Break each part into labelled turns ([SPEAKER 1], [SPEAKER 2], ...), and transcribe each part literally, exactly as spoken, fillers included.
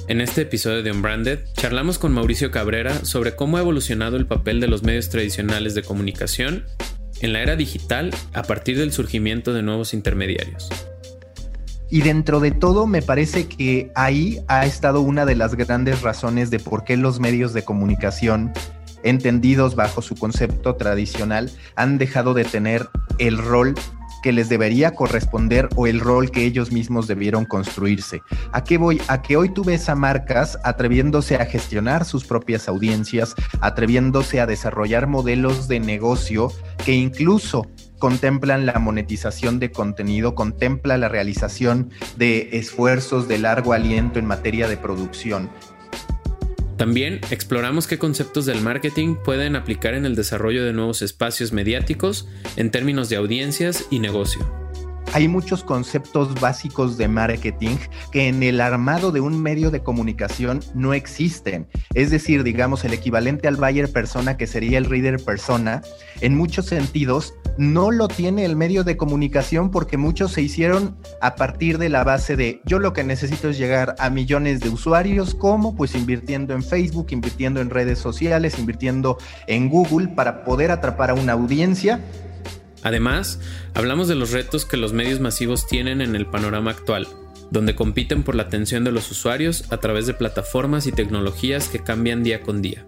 [SPEAKER 1] En este episodio de Unbranded, charlamos con Mauricio Cabrera sobre cómo ha evolucionado el papel de los medios tradicionales de comunicación en la era digital a partir del surgimiento de nuevos intermediarios.
[SPEAKER 2] Y dentro de todo, me parece que ahí ha estado una de las grandes razones de por qué los medios de comunicación, entendidos bajo su concepto tradicional, han dejado de tener el rol que les debería corresponder o el rol que ellos mismos debieron construirse. ¿A qué voy? A que hoy tú ves a marcas atreviéndose a gestionar sus propias audiencias, atreviéndose a desarrollar modelos de negocio que incluso contemplan la monetización de contenido, contempla la realización de esfuerzos de largo aliento en materia de producción.
[SPEAKER 1] También exploramos qué conceptos del marketing pueden aplicar en el desarrollo de nuevos espacios mediáticos en términos de audiencias y negocio.
[SPEAKER 2] Hay muchos conceptos básicos de marketing que en el armado de un medio de comunicación no existen. Es decir, digamos, el equivalente al buyer persona, que sería el reader persona, en muchos sentidos no lo tiene el medio de comunicación porque muchos se hicieron a partir de la base de yo lo que necesito es llegar a millones de usuarios. ¿Cómo? Pues invirtiendo en Facebook, invirtiendo en redes sociales, invirtiendo en Google para poder atrapar a una audiencia.
[SPEAKER 1] Además, hablamos de los retos que los medios masivos tienen en el panorama actual, donde compiten por la atención de los usuarios a través de plataformas y tecnologías que cambian día con día.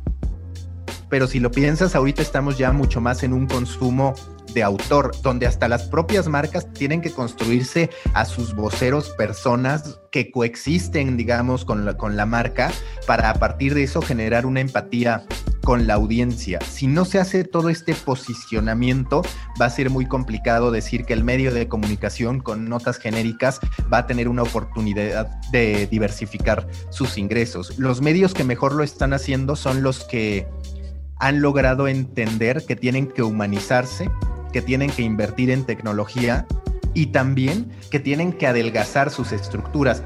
[SPEAKER 2] Pero si lo piensas, ahorita estamos ya mucho más en un consumo de autor, donde hasta las propias marcas tienen que construirse a sus voceros, personas que coexisten, digamos, con la, con la marca, para a partir de eso generar una empatía con la audiencia. Si no se hace todo este posicionamiento, va a ser muy complicado decir que el medio de comunicación con notas genéricas va a tener una oportunidad de diversificar sus ingresos. Los medios que mejor lo están haciendo son los que han logrado entender que tienen que humanizarse, que tienen que invertir en tecnología y también que tienen que adelgazar sus estructuras.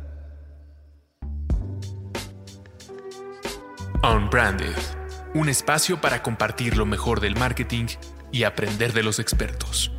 [SPEAKER 3] Unbranded, un espacio para compartir lo mejor del marketing y aprender de los expertos.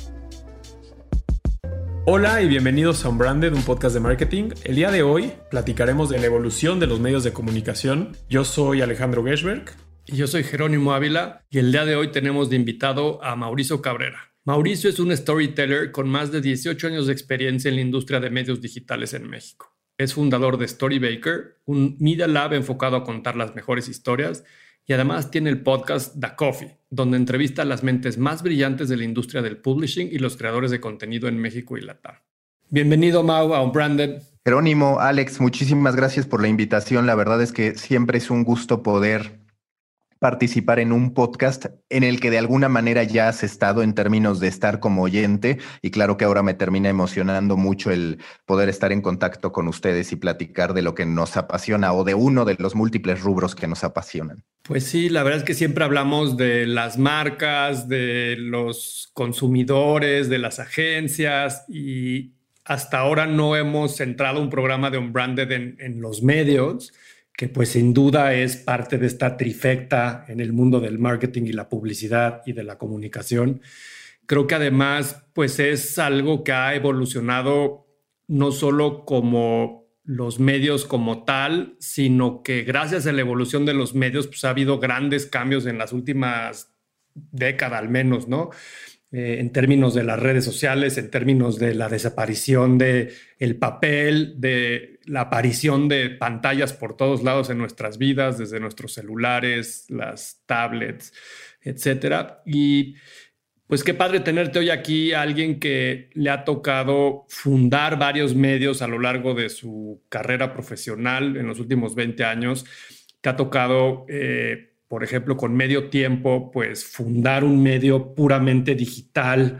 [SPEAKER 4] Hola y bienvenidos a Unbranded, un podcast de marketing. El día de hoy platicaremos de la evolución de los medios de comunicación. Yo soy Alejandro Geschberg.
[SPEAKER 5] Y yo soy Jerónimo Ávila y el día de hoy tenemos de invitado a Mauricio Cabrera. Mauricio es un storyteller con más de dieciocho años de experiencia en la industria de medios digitales en México. Es fundador de Storybaker, un media lab enfocado a contar las mejores historias, y además tiene el podcast The Coffee, donde entrevista a las mentes más brillantes de la industria del publishing y los creadores de contenido en México y Latam. Bienvenido, Mau, a Unbranded.
[SPEAKER 2] Jerónimo, Alex, muchísimas gracias por la invitación. La verdad es que siempre es un gusto poder participar en un podcast en el que de alguna manera ya has estado en términos de estar como oyente, y claro que ahora me termina emocionando mucho el poder estar en contacto con ustedes y platicar de lo que nos apasiona o de uno de los múltiples rubros que nos apasionan.
[SPEAKER 5] Pues sí, la verdad es que siempre hablamos de las marcas, de los consumidores, de las agencias, y hasta ahora no hemos centrado un programa de Unbranded en, en los medios, que pues sin duda es parte de esta trifecta en el mundo del marketing y la publicidad y de la comunicación. Creo que además pues es algo que ha evolucionado no solo como los medios como tal, sino que gracias a la evolución de los medios pues ha habido grandes cambios en las últimas décadas al menos, ¿no? Eh, en términos de las redes sociales, en términos de la desaparición del papel, de la aparición de pantallas por todos lados en nuestras vidas, desde nuestros celulares, las tablets, etcétera. Y pues qué padre tenerte hoy aquí, a alguien que le ha tocado fundar varios medios a lo largo de su carrera profesional en los últimos veinte años. Te ha tocado Eh, por ejemplo, con Medio Tiempo, pues fundar un medio puramente digital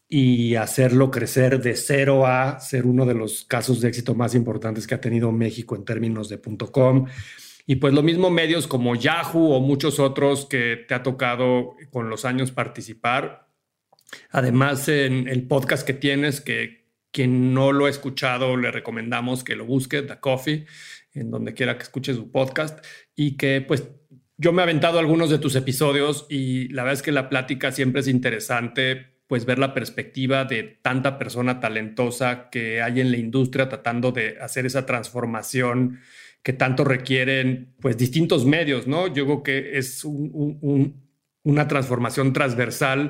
[SPEAKER 5] y hacerlo crecer de cero a ser uno de los casos de éxito más importantes que ha tenido México en términos de .com. Y pues lo mismo medios como Yahoo o muchos otros que te ha tocado con los años participar. Además, en el podcast que tienes, que quien no lo ha escuchado, le recomendamos que lo busque, The Coffee, en donde quiera que escuche su podcast, y que pues yo me he aventado algunos de tus episodios y la verdad es que la plática siempre es interesante pues ver la perspectiva de tanta persona talentosa que hay en la industria tratando de hacer esa transformación que tanto requieren pues distintos medios, ¿no? Yo creo que es un, un, un, una transformación transversal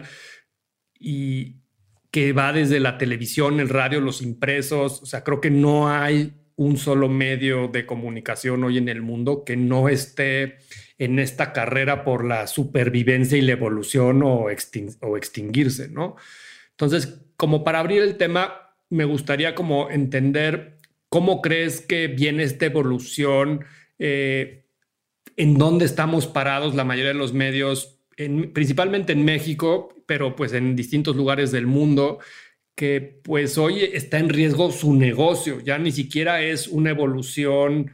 [SPEAKER 5] y que va desde la televisión, el radio, los impresos. O sea, creo que no hay un solo medio de comunicación hoy en el mundo que no esté en esta carrera por la supervivencia y la evolución o, extin- o extinguirse, ¿no? Entonces, como para abrir el tema, me gustaría como entender cómo crees que viene esta evolución, eh, en dónde estamos parados la mayoría de los medios, en, principalmente en México, pero pues en distintos lugares del mundo, que pues hoy está en riesgo su negocio. Ya ni siquiera es una evolución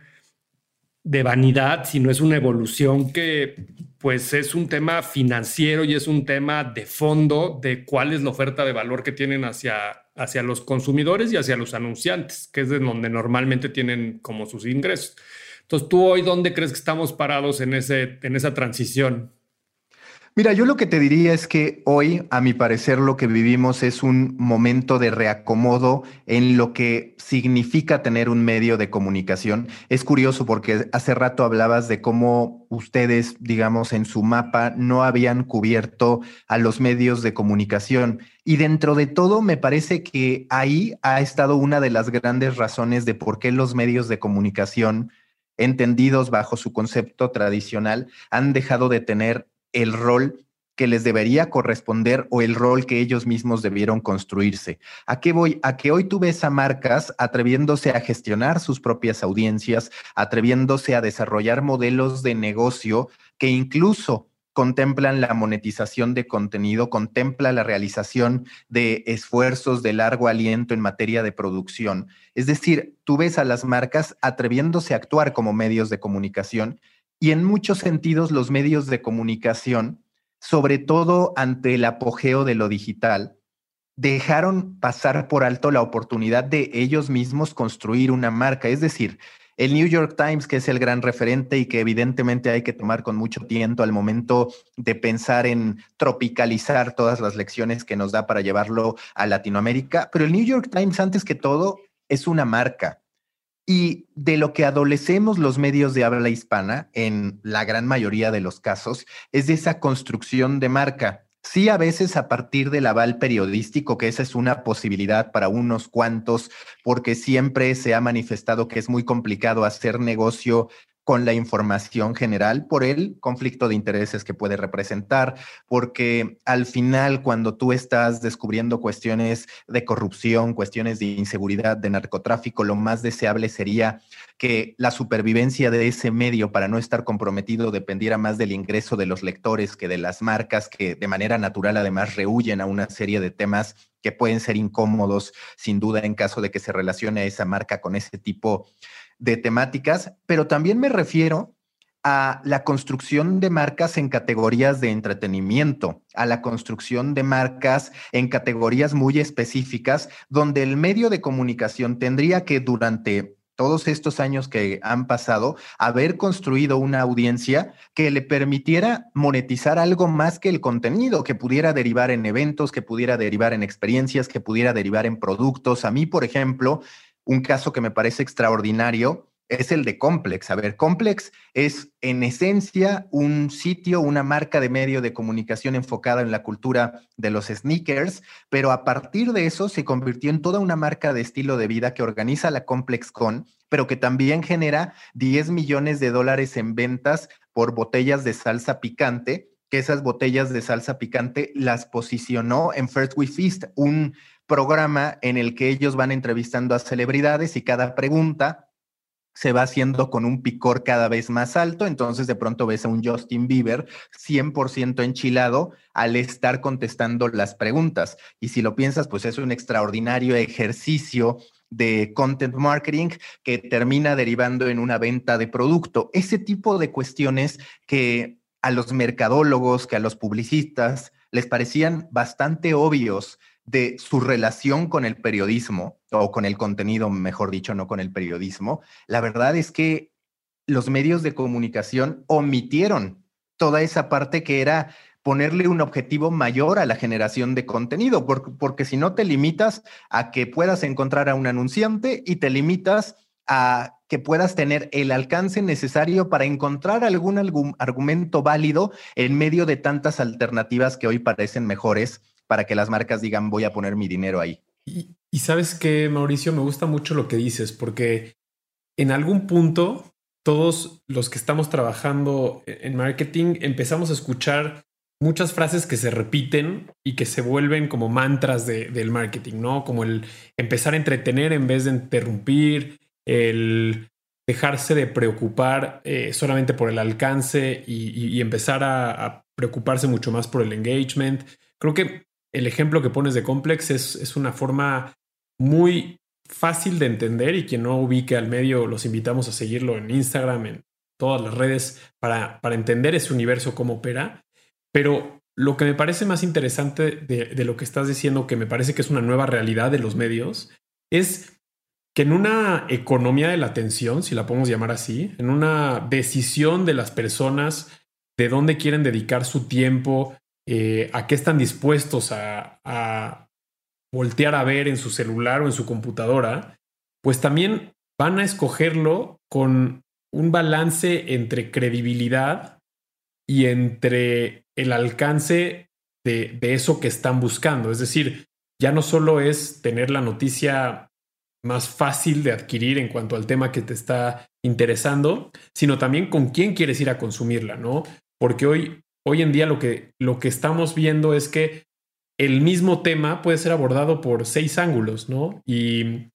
[SPEAKER 5] de vanidad, sino es una evolución que pues es un tema financiero y es un tema de fondo de cuál es la oferta de valor que tienen hacia, hacia los consumidores y hacia los anunciantes, que es de donde normalmente tienen como sus ingresos. Entonces, ¿tú hoy dónde crees que estamos parados en, ese, en esa transición?
[SPEAKER 2] Mira, yo lo que te diría es que hoy, a mi parecer, lo que vivimos es un momento de reacomodo en lo que significa tener un medio de comunicación. Es curioso porque hace rato hablabas de cómo ustedes, digamos, en su mapa no habían cubierto a los medios de comunicación. Y dentro de todo, me parece que ahí ha estado una de las grandes razones de por qué los medios de comunicación, entendidos bajo su concepto tradicional, han dejado de tener el rol que les debería corresponder o el rol que ellos mismos debieron construirse. ¿A qué voy? A que hoy tú ves a marcas atreviéndose a gestionar sus propias audiencias, atreviéndose a desarrollar modelos de negocio que incluso contemplan la monetización de contenido, contempla la realización de esfuerzos de largo aliento en materia de producción. Es decir, tú ves a las marcas atreviéndose a actuar como medios de comunicación. Y en muchos sentidos los medios de comunicación, sobre todo ante el apogeo de lo digital, dejaron pasar por alto la oportunidad de ellos mismos construir una marca. Es decir, el New York Times, que es el gran referente y que evidentemente hay que tomar con mucho tiento al momento de pensar en tropicalizar todas las lecciones que nos da para llevarlo a Latinoamérica, pero el New York Times, antes que todo, es una marca. Y de lo que adolecemos los medios de habla hispana, en la gran mayoría de los casos, es de esa construcción de marca. Sí, a veces a partir del aval periodístico, que esa es una posibilidad para unos cuantos, porque siempre se ha manifestado que es muy complicado hacer negocio con la información general por el conflicto de intereses que puede representar, porque al final cuando tú estás descubriendo cuestiones de corrupción, cuestiones de inseguridad, de narcotráfico, lo más deseable sería que la supervivencia de ese medio para no estar comprometido dependiera más del ingreso de los lectores que de las marcas, que de manera natural además rehuyen a una serie de temas que pueden ser incómodos, sin duda, en caso de que se relacione a esa marca con ese tipo de temáticas, pero también me refiero a la construcción de marcas en categorías de entretenimiento, a la construcción de marcas en categorías muy específicas, donde el medio de comunicación tendría que, durante todos estos años que han pasado, haber construido una audiencia que le permitiera monetizar algo más que el contenido, que pudiera derivar en eventos, que pudiera derivar en experiencias, que pudiera derivar en productos. A mí, por ejemplo, un caso que me parece extraordinario es el de Complex. A ver, Complex es en esencia un sitio, una marca de medio de comunicación enfocada en la cultura de los sneakers, pero a partir de eso se convirtió en toda una marca de estilo de vida que organiza la ComplexCon, pero que también genera diez millones de dólares en ventas por botellas de salsa picante, que esas botellas de salsa picante las posicionó en First We Feast, un programa en el que ellos van entrevistando a celebridades y cada pregunta se va haciendo con un picor cada vez más alto. Entonces de pronto ves a un Justin Bieber cien por ciento enchilado al estar contestando las preguntas. Y si lo piensas, pues es un extraordinario ejercicio de content marketing que termina derivando en una venta de producto. Ese tipo de cuestiones que a los mercadólogos, que a los publicistas les parecían bastante obvios de su relación con el periodismo, o con el contenido, mejor dicho, no con el periodismo, la verdad es que los medios de comunicación omitieron toda esa parte que era ponerle un objetivo mayor a la generación de contenido, porque, porque si no te limitas a que puedas encontrar a un anunciante y te limitas a que puedas tener el alcance necesario para encontrar algún, algún argumento válido en medio de tantas alternativas que hoy parecen mejores para que las marcas digan voy a poner mi dinero ahí.
[SPEAKER 4] Y, y sabes qué, Mauricio, me gusta mucho lo que dices, porque en algún punto todos los que estamos trabajando en marketing empezamos a escuchar muchas frases que se repiten y que se vuelven como mantras de, del marketing, ¿no? Como el empezar a entretener en vez de interrumpir, el dejarse de preocupar eh, solamente por el alcance y, y, y empezar a, a preocuparse mucho más por el engagement. Creo que el ejemplo que pones de Complex es, es una forma muy fácil de entender, y quien no ubique al medio los invitamos a seguirlo en Instagram, en todas las redes, para, para entender ese universo, cómo opera. Pero lo que me parece más interesante de, de lo que estás diciendo, que me parece que es una nueva realidad de los medios, es que en una economía de la atención, si la podemos llamar así, en una decisión de las personas de dónde quieren dedicar su tiempo, eh, a qué están dispuestos a, a voltear a ver en su celular o en su computadora, pues también van a escogerlo con un balance entre credibilidad y entre el alcance de, de eso que están buscando. Es decir, ya no solo es tener la noticia más fácil de adquirir en cuanto al tema que te está interesando, sino también con quién quieres ir a consumirla, ¿no? Porque hoy, hoy en día lo que, lo que estamos viendo es que el mismo tema puede ser abordado por seis ángulos, ¿no? Y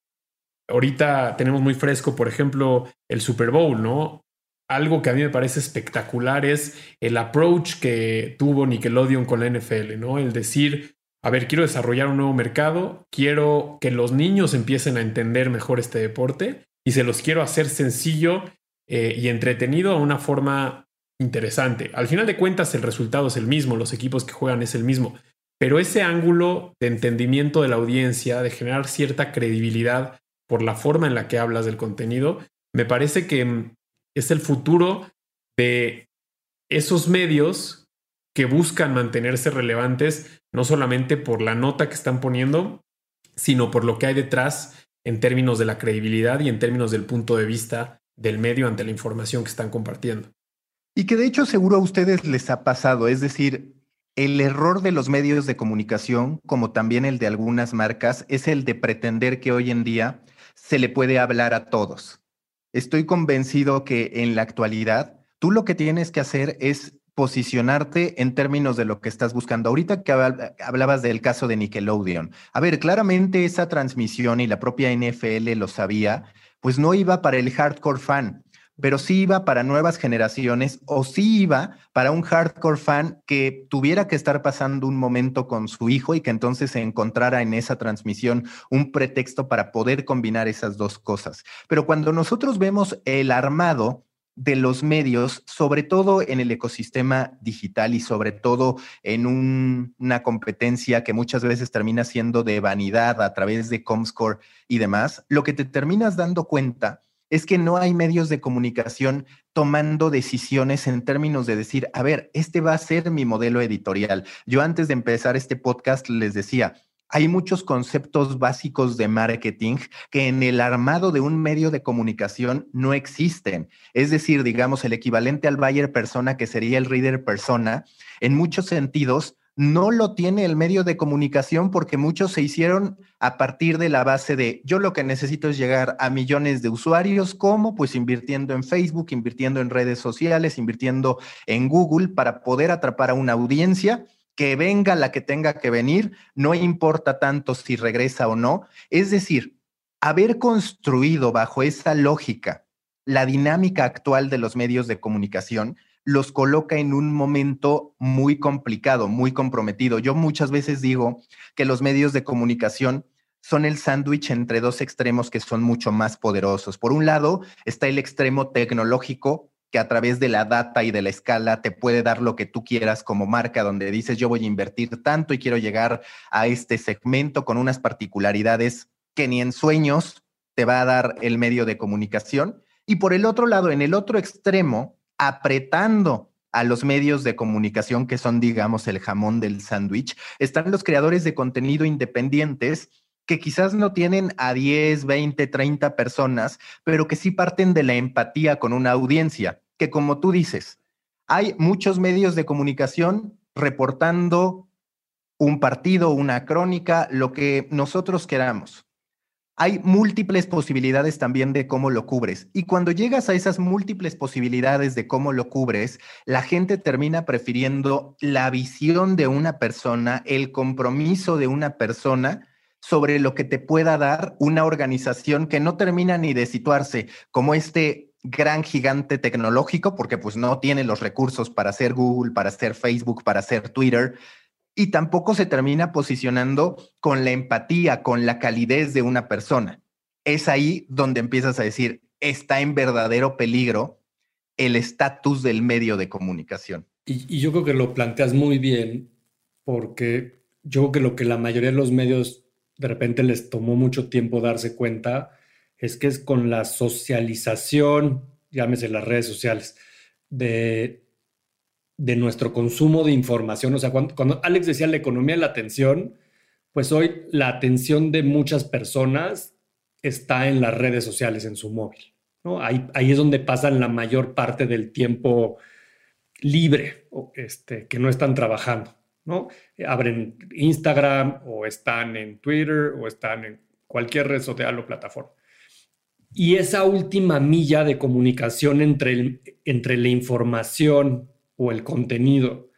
[SPEAKER 4] ahorita tenemos muy fresco, por ejemplo, el Super Bowl, ¿no? Algo que a mí me parece espectacular es el approach que tuvo Nickelodeon con la N F L, ¿no? El decir, a ver, quiero desarrollar un nuevo mercado, quiero que los niños empiecen a entender mejor este deporte y se los quiero hacer sencillo eh, y entretenido a una forma interesante. Al final de cuentas, el resultado es el mismo, los equipos que juegan es el mismo, pero ese ángulo de entendimiento de la audiencia, de generar cierta credibilidad por la forma en la que hablas del contenido, me parece que es el futuro de esos medios que buscan mantenerse relevantes, no solamente por la nota que están poniendo, sino por lo que hay detrás en términos de la credibilidad y en términos del punto de vista del medio ante la información que están compartiendo.
[SPEAKER 2] Y que de hecho seguro a ustedes les ha pasado, es decir, el error de los medios de comunicación, como también el de algunas marcas, es el de pretender que hoy en día se le puede hablar a todos. Estoy convencido que en la actualidad tú lo que tienes que hacer es posicionarte en términos de lo que estás buscando. Ahorita que hablabas del caso de Nickelodeon. A ver, claramente esa transmisión, y la propia N F L lo sabía, pues no iba para el hardcore fan, pero sí iba para nuevas generaciones, o sí iba para un hardcore fan que tuviera que estar pasando un momento con su hijo y que entonces se encontrara en esa transmisión un pretexto para poder combinar esas dos cosas. Pero cuando nosotros vemos el armado de los medios, sobre todo en el ecosistema digital y sobre todo en un, una competencia que muchas veces termina siendo de vanidad a través de Comscore y demás, lo que te terminas dando cuenta es que no hay medios de comunicación tomando decisiones en términos de decir, a ver, este va a ser mi modelo editorial. Yo antes de empezar este podcast les decía, hay muchos conceptos básicos de marketing que en el armado de un medio de comunicación no existen. Es decir, digamos, el equivalente al buyer persona, que sería el reader persona, en muchos sentidos no lo tiene el medio de comunicación, porque muchos se hicieron a partir de la base de yo lo que necesito es llegar a millones de usuarios. ¿Cómo? Pues invirtiendo en Facebook, invirtiendo en redes sociales, invirtiendo en Google para poder atrapar a una audiencia. Que venga la que tenga que venir, no importa tanto si regresa o no. Es decir, haber construido bajo esa lógica la dinámica actual de los medios de comunicación los coloca en un momento muy complicado, muy comprometido. Yo muchas veces digo que los medios de comunicación son el sándwich entre dos extremos que son mucho más poderosos. Por un lado está el extremo tecnológico, que a través de la data y de la escala te puede dar lo que tú quieras como marca, donde dices yo voy a invertir tanto y quiero llegar a este segmento con unas particularidades que ni en sueños te va a dar el medio de comunicación. Y por el otro lado, en el otro extremo, apretando a los medios de comunicación que son, digamos, el jamón del sándwich, están los creadores de contenido independientes que quizás no tienen a diez, veinte, treinta personas, pero que sí parten de la empatía con una audiencia, que como tú dices, hay muchos medios de comunicación reportando un partido, una crónica, lo que nosotros queramos. Hay múltiples posibilidades también de cómo lo cubres. Y cuando llegas a esas múltiples posibilidades de cómo lo cubres, la gente termina prefiriendo la visión de una persona, el compromiso de una persona sobre lo que te pueda dar una organización que no termina ni de situarse como este gran gigante tecnológico, porque pues no tiene los recursos para hacer Google, para hacer Facebook, para hacer Twitter, y tampoco se termina posicionando con la empatía, con la calidez de una persona. Es ahí donde empiezas a decir, está en verdadero peligro el estatus del medio de comunicación.
[SPEAKER 5] Y, y yo creo que lo planteas muy bien, porque yo creo que lo que la mayoría de los medios de repente les tomó mucho tiempo darse cuenta es que es con la socialización, llámese las redes sociales, de... de nuestro consumo de información. O sea, cuando, cuando Alex decía la economía de la atención, pues hoy la atención de muchas personas está en las redes sociales, en su móvil, ¿no? Ahí, ahí es donde pasan la mayor parte del tiempo libre, este, que no están trabajando, ¿no? Abren Instagram o están en Twitter o están en cualquier red social o plataforma. Y esa última milla de comunicación entre, el, entre la información o el contenido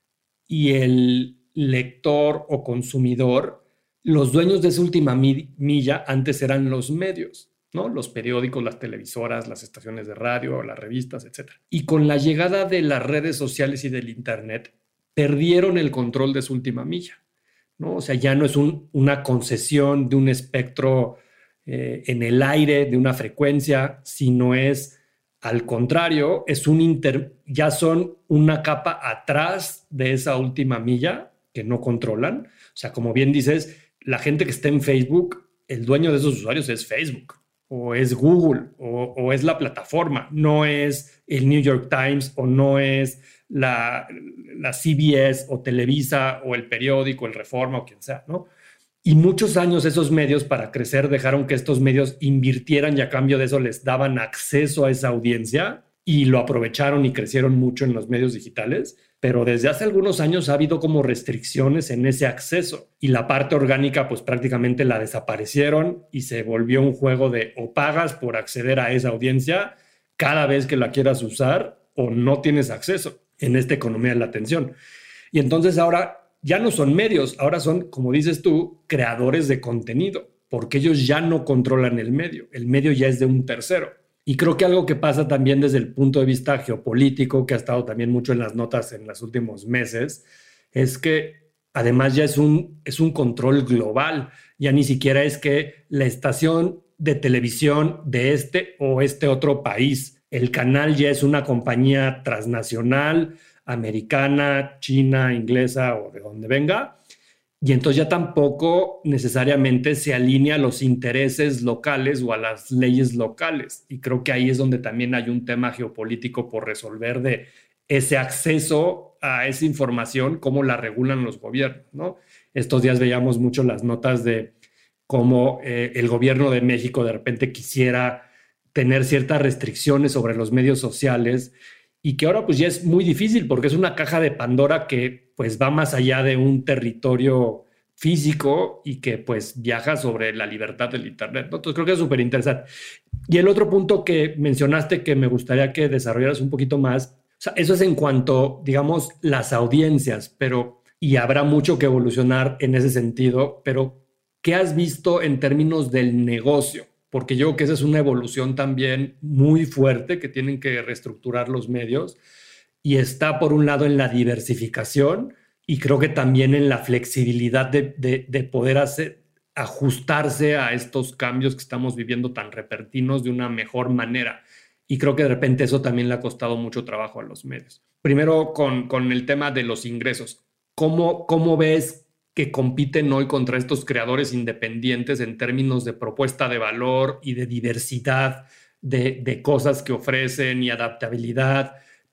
[SPEAKER 5] y el lector o consumidor, los dueños de esa última milla antes eran los medios, ¿no? Los periódicos, las televisoras, las estaciones de radio, las revistas, etcétera. Y con la llegada de las redes sociales y del internet, perdieron el control de su última milla, ¿no? O sea, ya no es un, una concesión de un espectro eh, en el aire, de una frecuencia, sino es... Al contrario, es un inter, ya son una capa atrás de esa última milla que no controlan. O sea, como bien dices, la gente que está en Facebook, el dueño de esos usuarios es Facebook, o es Google, o, o es la plataforma, no es el New York Times, o no es la, la C B S, o Televisa, o el periódico, el Reforma, o quien sea, ¿no? Y muchos años esos medios, para crecer, dejaron que estos medios invirtieran y a cambio de eso les daban acceso a esa audiencia y lo aprovecharon y crecieron mucho en los medios digitales. Pero desde hace algunos años ha habido como restricciones en ese acceso y la parte orgánica pues prácticamente la desaparecieron y se volvió un juego de o pagas por acceder a esa audiencia cada vez que la quieras usar o no tienes acceso en esta economía de la atención. Y entonces ahora... ya no son medios, ahora son, como dices tú, creadores de contenido, porque ellos ya no controlan el medio, el medio ya es de un tercero. Y creo que algo que pasa también desde el punto de vista geopolítico, que ha estado también mucho en las notas en los últimos meses, es que además ya es un, es un control global, ya ni siquiera es que la estación de televisión de este o este otro país, el canal ya es una compañía transnacional, americana, china, inglesa o de donde venga, y entonces ya tampoco necesariamente se alinea a los intereses locales o a las leyes locales. Y creo que ahí es donde también hay un tema geopolítico por resolver de ese acceso a esa información, cómo la regulan los gobiernos, ¿no? Estos días veíamos mucho las notas de cómo eh, el gobierno de México de repente quisiera tener ciertas restricciones sobre los medios sociales y que ahora pues ya es muy difícil porque es una caja de Pandora que pues va más allá de un territorio físico y que pues viaja sobre la libertad del internet, ¿no? Entonces creo que es súper interesante. Y el otro punto que mencionaste que me gustaría que desarrollaras un poquito más, o sea, eso es en cuanto, digamos, las audiencias, pero y habrá mucho que evolucionar en ese sentido, pero ¿qué has visto en términos del negocio? Porque yo creo que esa es una evolución también muy fuerte que tienen que reestructurar los medios y está por un lado en la diversificación y creo que también en la flexibilidad de, de, de poder hacer, ajustarse a estos cambios que estamos viviendo tan repentinos de una mejor manera. Y creo que de repente eso también le ha costado mucho trabajo a los medios. Primero con, con el tema de los ingresos. ¿Cómo, cómo ves que compiten hoy contra estos creadores independientes en términos de propuesta de valor y de diversidad de, de cosas que ofrecen y adaptabilidad,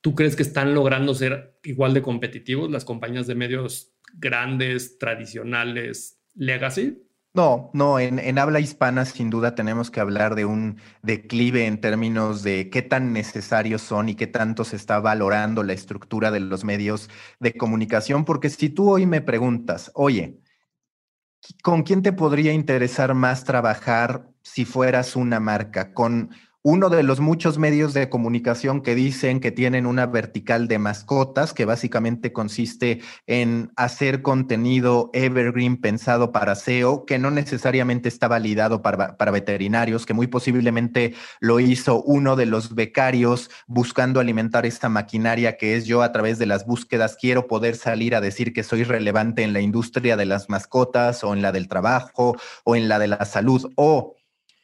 [SPEAKER 5] ¿tú crees que están logrando ser igual de competitivos las compañías de medios grandes, tradicionales, legacy?
[SPEAKER 2] No, no, en, en habla hispana sin duda tenemos que hablar de un declive en términos de qué tan necesarios son y qué tanto se está valorando la estructura de los medios de comunicación, porque si tú hoy me preguntas, oye, ¿con quién te podría interesar más trabajar si fueras una marca? ¿Con uno de los muchos medios de comunicación que dicen que tienen una vertical de mascotas, que básicamente consiste en hacer contenido evergreen pensado para S E O, que no necesariamente está validado para, para veterinarios, que muy posiblemente lo hizo uno de los becarios buscando alimentar esta maquinaria que es yo a través de las búsquedas quiero poder salir a decir que soy relevante en la industria de las mascotas o en la del trabajo o en la de la salud, o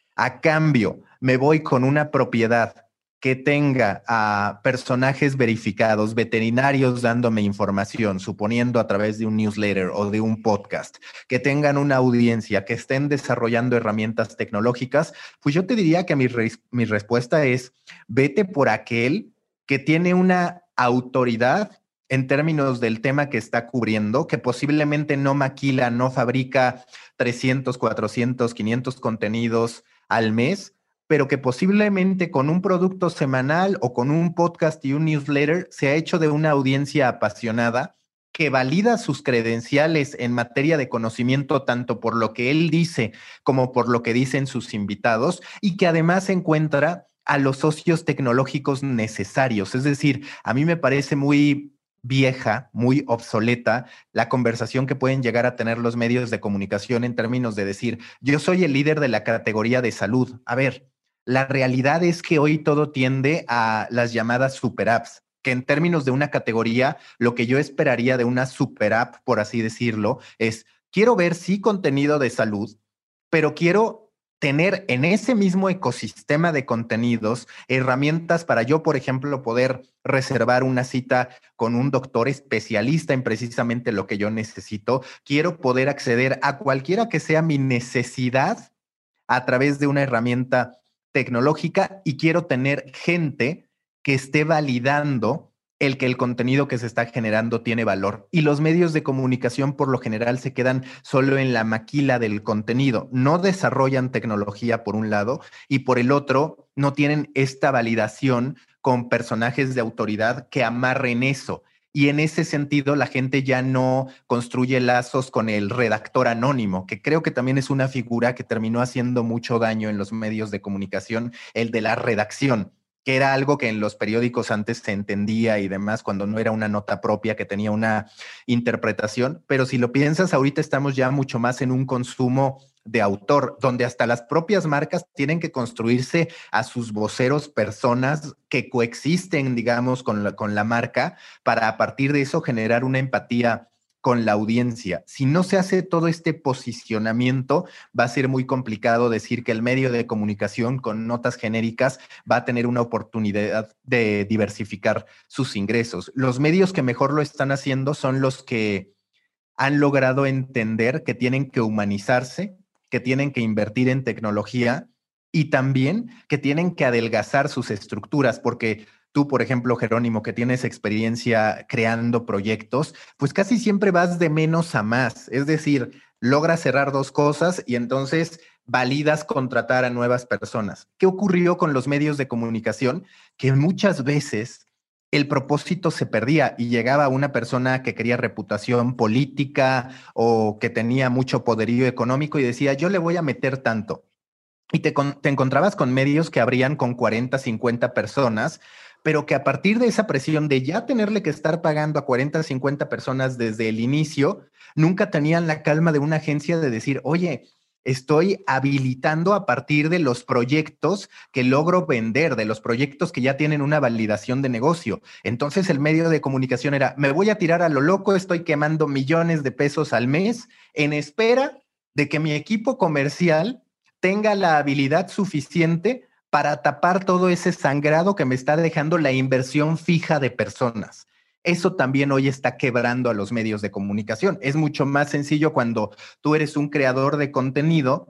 [SPEAKER 2] a cambio me voy con una propiedad que tenga a personajes verificados, veterinarios dándome información, suponiendo a través de un newsletter o de un podcast, que tengan una audiencia, que estén desarrollando herramientas tecnológicas, pues yo te diría que mi, res- mi respuesta es, vete por aquel que tiene una autoridad en términos del tema que está cubriendo, que posiblemente no maquila, no fabrica trescientos, cuatrocientos, quinientos contenidos al mes, pero que posiblemente con un producto semanal o con un podcast y un newsletter se ha hecho de una audiencia apasionada que valida sus credenciales en materia de conocimiento tanto por lo que él dice como por lo que dicen sus invitados y que además encuentra a los socios tecnológicos necesarios. Es decir, a mí me parece muy vieja, muy obsoleta, la conversación que pueden llegar a tener los medios de comunicación en términos de decir, yo soy el líder de la categoría de salud. A ver, la realidad es que hoy todo tiende a las llamadas super apps, que en términos de una categoría, lo que yo esperaría de una super app, por así decirlo, es, quiero ver sí contenido de salud, pero quiero tener en ese mismo ecosistema de contenidos herramientas para yo, por ejemplo, poder reservar una cita con un doctor especialista en precisamente lo que yo necesito. Quiero poder acceder a cualquiera que sea mi necesidad a través de una herramienta tecnológica y quiero tener gente que esté validando el que el contenido que se está generando tiene valor. Y los medios de comunicación por lo general se quedan solo en la maquila del contenido. No desarrollan tecnología por un lado y por el otro no tienen esta validación con personajes de autoridad que amarren eso. Y en ese sentido, la gente ya no construye lazos con el redactor anónimo, que creo que también es una figura que terminó haciendo mucho daño en los medios de comunicación, el de la redacción, que era algo que en los periódicos antes se entendía y demás, cuando no era una nota propia que tenía una interpretación. Pero si lo piensas, ahorita estamos ya mucho más en un consumo de autor, donde hasta las propias marcas tienen que construirse a sus voceros, personas que coexisten, digamos, con la, con la marca, para a partir de eso generar una empatía con la audiencia. Si no se hace todo este posicionamiento, va a ser muy complicado decir que el medio de comunicación con notas genéricas va a tener una oportunidad de diversificar sus ingresos. Los medios que mejor lo están haciendo son los que han logrado entender que tienen que humanizarse, que tienen que invertir en tecnología y también que tienen que adelgazar sus estructuras, porque tú, por ejemplo, Jerónimo, que tienes experiencia creando proyectos, pues casi siempre vas de menos a más. Es decir, logras cerrar dos cosas y entonces validas contratar a nuevas personas. ¿Qué ocurrió con los medios de comunicación? Que muchas veces el propósito se perdía y llegaba una persona que quería reputación política o que tenía mucho poderío económico y decía, yo le voy a meter tanto. Y te, con, te encontrabas con medios que abrían con cuarenta, cincuenta personas, pero que a partir de esa presión de ya tenerle que estar pagando a cuarenta, cincuenta personas desde el inicio, nunca tenían la calma de una agencia de decir, oye, estoy habilitando a partir de los proyectos que logro vender, de los proyectos que ya tienen una validación de negocio. Entonces el medio de comunicación era, me voy a tirar a lo loco, estoy quemando millones de pesos al mes en espera de que mi equipo comercial tenga la habilidad suficiente para tapar todo ese sangrado que me está dejando la inversión fija de personas. Eso también hoy está quebrando a los medios de comunicación. Es mucho más sencillo cuando tú eres un creador de contenido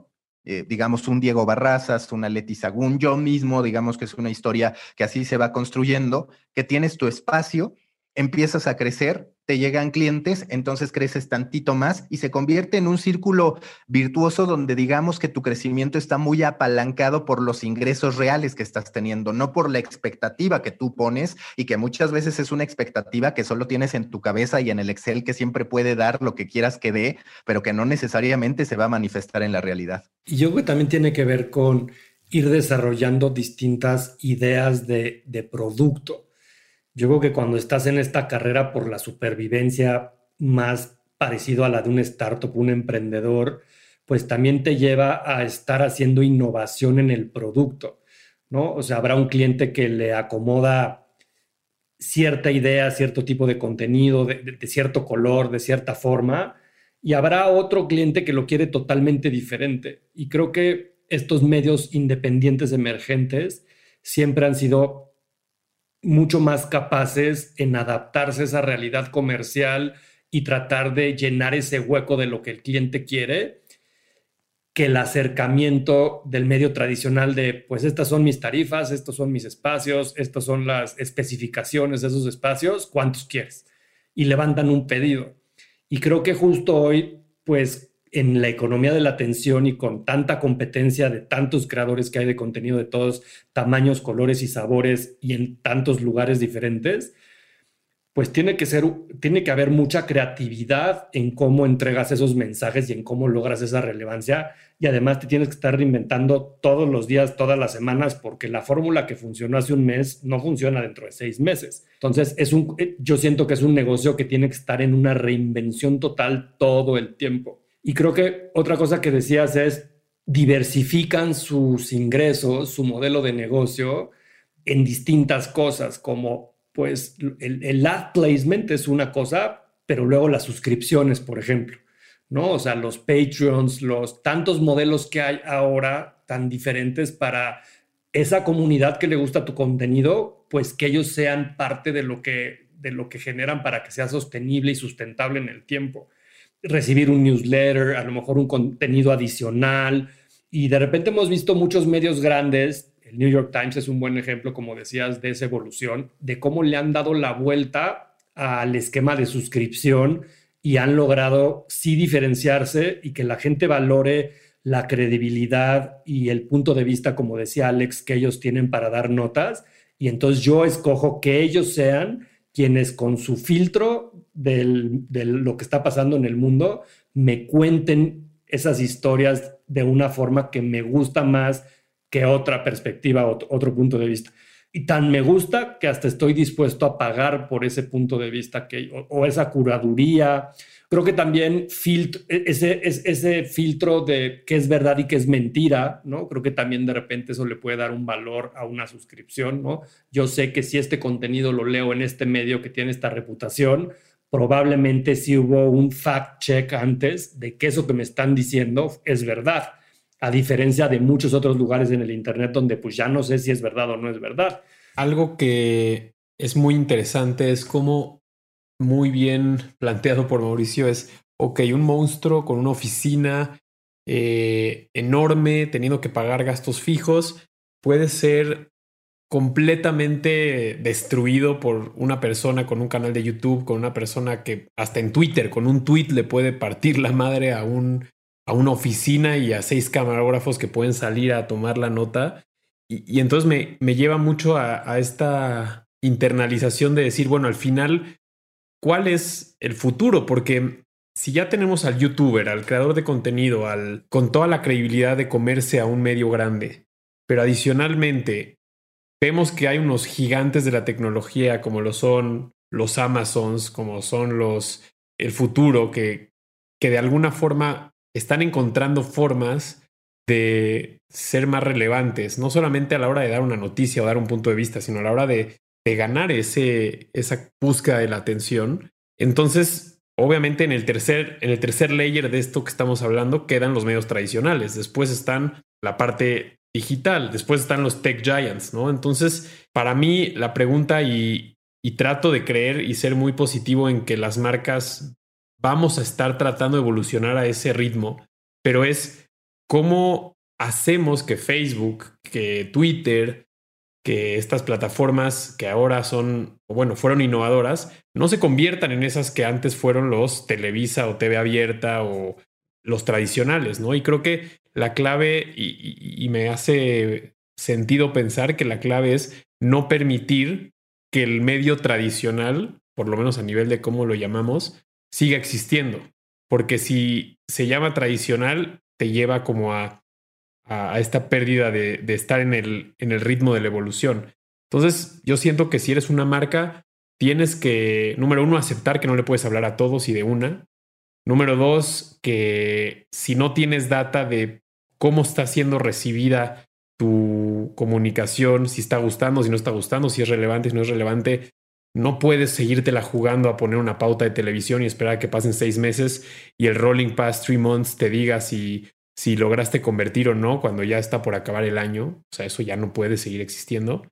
[SPEAKER 2] eh, digamos, un Diego Barrazas, una Leti Sagún, yo mismo, digamos que es una historia que así se va construyendo, que tienes tu espacio, empiezas a crecer, te llegan clientes, entonces creces tantito más y se convierte en un círculo virtuoso donde digamos que tu crecimiento está muy apalancado por los ingresos reales que estás teniendo, no por la expectativa que tú pones y que muchas veces es una expectativa que solo tienes en tu cabeza y en el Excel, que siempre puede dar lo que quieras que dé, pero que no necesariamente se va a manifestar en la realidad.
[SPEAKER 5] Y yo creo que también tiene que ver con ir desarrollando distintas ideas de, de producto. Yo creo que cuando estás en esta carrera por la supervivencia más parecido a la de un startup, un emprendedor, pues también te lleva a estar haciendo innovación en el producto, ¿no? O sea, habrá un cliente que le acomoda cierta idea, cierto tipo de contenido, de, de, de cierto color, de cierta forma, y habrá otro cliente que lo quiere totalmente diferente. Y creo que estos medios independientes emergentes siempre han sido mucho más capaces en adaptarse a esa realidad comercial y tratar de llenar ese hueco de lo que el cliente quiere, que el acercamiento del medio tradicional de, pues estas son mis tarifas, estos son mis espacios, estas son las especificaciones de esos espacios, ¿cuántos quieres? Y levantan un pedido. Y creo que justo hoy, pues en la economía de la atención y con tanta competencia de tantos creadores que hay de contenido de todos tamaños, colores y sabores y en tantos lugares diferentes, pues tiene que ser, tiene que haber mucha creatividad en cómo entregas esos mensajes y en cómo logras esa relevancia, y además te tienes que estar reinventando todos los días, todas las semanas, porque la fórmula que funcionó hace un mes no funciona dentro de seis meses. Entonces, es un, yo siento que es un negocio que tiene que estar en una reinvención total todo el tiempo. Y creo que otra cosa que decías es, diversifican sus ingresos, su modelo de negocio en distintas cosas, como pues el, el ad placement es una cosa, pero luego las suscripciones, por ejemplo, ¿no? O sea, los Patreons, los tantos modelos que hay ahora tan diferentes para esa comunidad que le gusta tu contenido, pues que ellos sean parte de lo que, de lo que generan para que sea sostenible y sustentable en el tiempo. Recibir un newsletter, a lo mejor un contenido adicional, y de repente hemos visto muchos medios grandes, el New York Times es un buen ejemplo, como decías, de esa evolución, de cómo le han dado la vuelta al esquema de suscripción y han logrado sí diferenciarse y que la gente valore la credibilidad y el punto de vista, como decía Alex, que ellos tienen para dar notas, y entonces yo escojo que ellos sean quienes con su filtro del, de lo que está pasando en el mundo me cuenten esas historias de una forma que me gusta más que otra perspectiva, otro, otro punto de vista. Y tan me gusta que hasta estoy dispuesto a pagar por ese punto de vista que, o, o esa curaduría. Creo que también filtro, ese, ese filtro de qué es verdad y qué es mentira, ¿no? Creo que también de repente eso le puede dar un valor a una suscripción, ¿no? Yo sé que si este contenido lo leo en este medio que tiene esta reputación, probablemente sí hubo un fact check antes de que eso que me están diciendo es verdad, a diferencia de muchos otros lugares en el internet donde pues ya no sé si es verdad o no es verdad.
[SPEAKER 4] Algo que es muy interesante es cómo, muy bien planteado por Mauricio, es, ok, un monstruo con una oficina eh, enorme, teniendo que pagar gastos fijos, puede ser completamente destruido por una persona con un canal de YouTube, con una persona que hasta en Twitter, con un tweet le puede partir la madre a, un, a una oficina y a seis camarógrafos que pueden salir a tomar la nota. Y, y entonces me, me lleva mucho a, a esta internalización de decir, bueno, al final, ¿cuál es el futuro? Porque si ya tenemos al youtuber, al creador de contenido, al, con toda la credibilidad de comerse a un medio grande, pero adicionalmente vemos que hay unos gigantes de la tecnología como lo son los Amazons, como son los el futuro, que, que de alguna forma están encontrando formas de ser más relevantes, no solamente a la hora de dar una noticia o dar un punto de vista, sino a la hora de, de ganar ese, esa búsqueda de la atención. Entonces, obviamente en el tercer, en el tercer layer de esto que estamos hablando quedan los medios tradicionales. Después están la parte digital, después están los tech giants, ¿no? Entonces, para mí la pregunta, y, y trato de creer y ser muy positivo en que las marcas vamos a estar tratando de evolucionar a ese ritmo, pero es cómo hacemos que Facebook, que Twitter, que estas plataformas que ahora son, o bueno, fueron innovadoras, no se conviertan en esas que antes fueron los Televisa o T V abierta o los tradicionales, ¿no? Y creo que la clave, y, y, y me hace sentido pensar que la clave es no permitir que el medio tradicional, por lo menos a nivel de cómo lo llamamos, siga existiendo. Porque si se llama tradicional, te lleva como a, a, a esta pérdida de, de estar en el, en el ritmo de la evolución. Entonces, yo siento que si eres una marca, tienes que, número uno, aceptar que no le puedes hablar a todos y de una. Número dos, que si no tienes data de cómo está siendo recibida tu comunicación, si está gustando, si no está gustando, si es relevante, si no es relevante, no puedes seguírtela jugando a poner una pauta de televisión y esperar a que pasen seis meses y el rolling past three months te diga si, si lograste convertir o no cuando ya está por acabar el año. O sea, eso ya no puede seguir existiendo.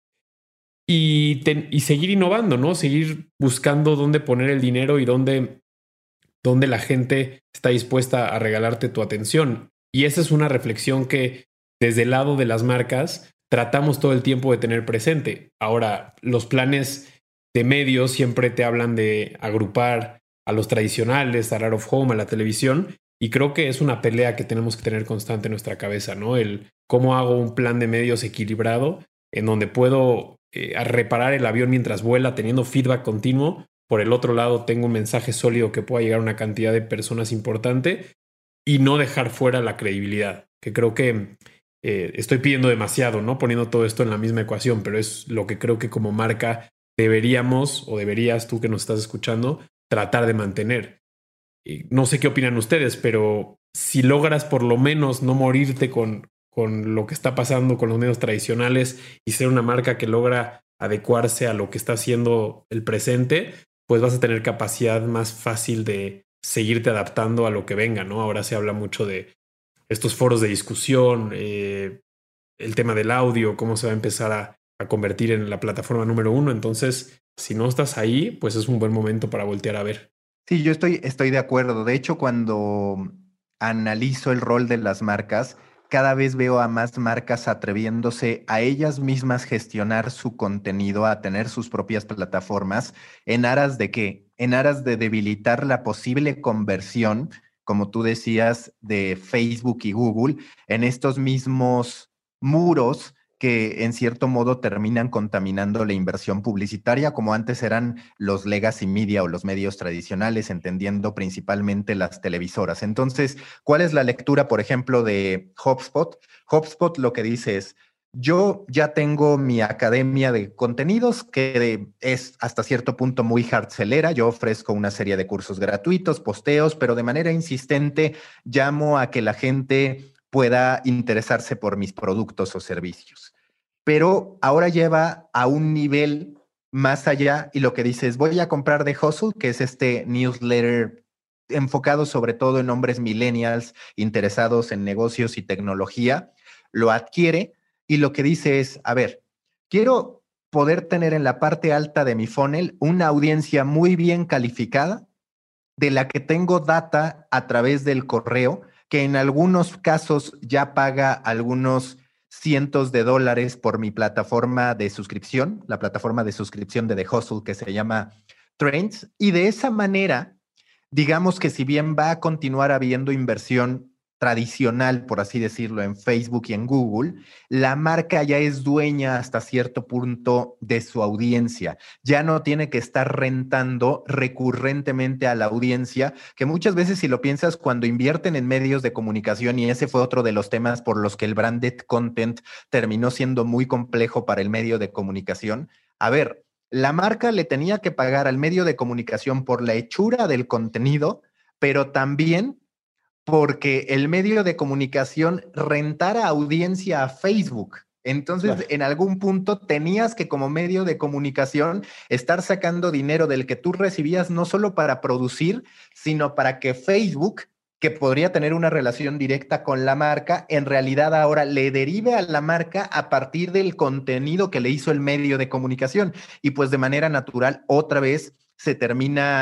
[SPEAKER 4] Y, ten, y seguir innovando, ¿no? Seguir buscando dónde poner el dinero y dónde, dónde la gente está dispuesta a regalarte tu atención. Y esa es una reflexión que desde el lado de las marcas tratamos todo el tiempo de tener presente. Ahora, los planes de medios siempre te hablan de agrupar a los tradicionales, al out of home, a la televisión, y creo que es una pelea que tenemos que tener constante en nuestra cabeza, ¿no? El cómo hago un plan de medios equilibrado en donde puedo eh, reparar el avión mientras vuela teniendo feedback continuo. Por el otro lado, tengo un mensaje sólido que pueda llegar a una cantidad de personas importante y no dejar fuera la credibilidad, que creo que eh, estoy pidiendo demasiado, ¿no? Poniendo todo esto en la misma ecuación, pero es lo que creo que como marca deberíamos, o deberías tú que nos estás escuchando, tratar de mantener. Y no sé qué opinan ustedes, pero si logras por lo menos no morirte con, con lo que está pasando con los medios tradicionales y ser una marca que logra adecuarse a lo que está haciendo el presente, pues vas a tener capacidad más fácil de seguirte adaptando a lo que venga, ¿no? Ahora se habla mucho de estos foros de discusión, eh, el tema del audio, cómo se va a empezar a, a convertir en la plataforma número uno. Entonces, si no estás ahí, pues es un buen momento para voltear a ver.
[SPEAKER 2] Sí, yo estoy, estoy de acuerdo. De hecho, cuando analizo el rol de las marcas, cada vez veo a más marcas atreviéndose a ellas mismas gestionar su contenido, a tener sus propias plataformas, en aras de qué? En aras de debilitar la posible conversión, como tú decías, de Facebook y Google, en estos mismos muros que en cierto modo terminan contaminando la inversión publicitaria, como antes eran los legacy media o los medios tradicionales, entendiendo principalmente las televisoras. Entonces, ¿cuál es la lectura, por ejemplo, de HubSpot? HubSpot lo que dice es, yo ya tengo mi academia de contenidos que es hasta cierto punto muy hardselera. Yo ofrezco una serie de cursos gratuitos, posteos, pero de manera insistente llamo a que la gente pueda interesarse por mis productos o servicios. Pero ahora lleva a un nivel más allá y lo que dice es, voy a comprar The Hustle, que es este newsletter enfocado sobre todo en hombres millennials interesados en negocios y tecnología, lo adquiere y lo que dice es, a ver, quiero poder tener en la parte alta de mi funnel una audiencia muy bien calificada de la que tengo data a través del correo, que en algunos casos ya paga algunos cientos de dólares por mi plataforma de suscripción, la plataforma de suscripción de The Hustle que se llama Trends, y de esa manera, digamos que si bien va a continuar habiendo inversión tradicional, por así decirlo, en Facebook y en Google, la marca ya es dueña hasta cierto punto de su audiencia. Ya no tiene que estar rentando recurrentemente a la audiencia, que muchas veces, si lo piensas, cuando invierten en medios de comunicación, y ese fue otro de los temas por los que el branded content terminó siendo muy complejo para el medio de comunicación. A ver, la marca le tenía que pagar al medio de comunicación por la hechura del contenido, pero también porque el medio de comunicación rentara audiencia a Facebook. Entonces, claro, en algún punto tenías que, como medio de comunicación, estar sacando dinero del que tú recibías, no solo para producir, sino para que Facebook, que podría tener una relación directa con la marca, en realidad ahora le derive a la marca a partir del contenido que le hizo el medio de comunicación. Y pues de manera natural, otra vez se termina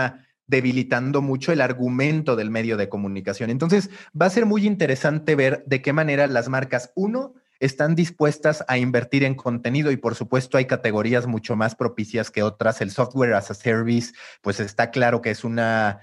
[SPEAKER 2] debilitando mucho el argumento del medio de comunicación. Entonces, va a ser muy interesante ver de qué manera las marcas, uno, están dispuestas a invertir en contenido y por supuesto hay categorías mucho más propicias que otras. El software as a service, pues está claro que es una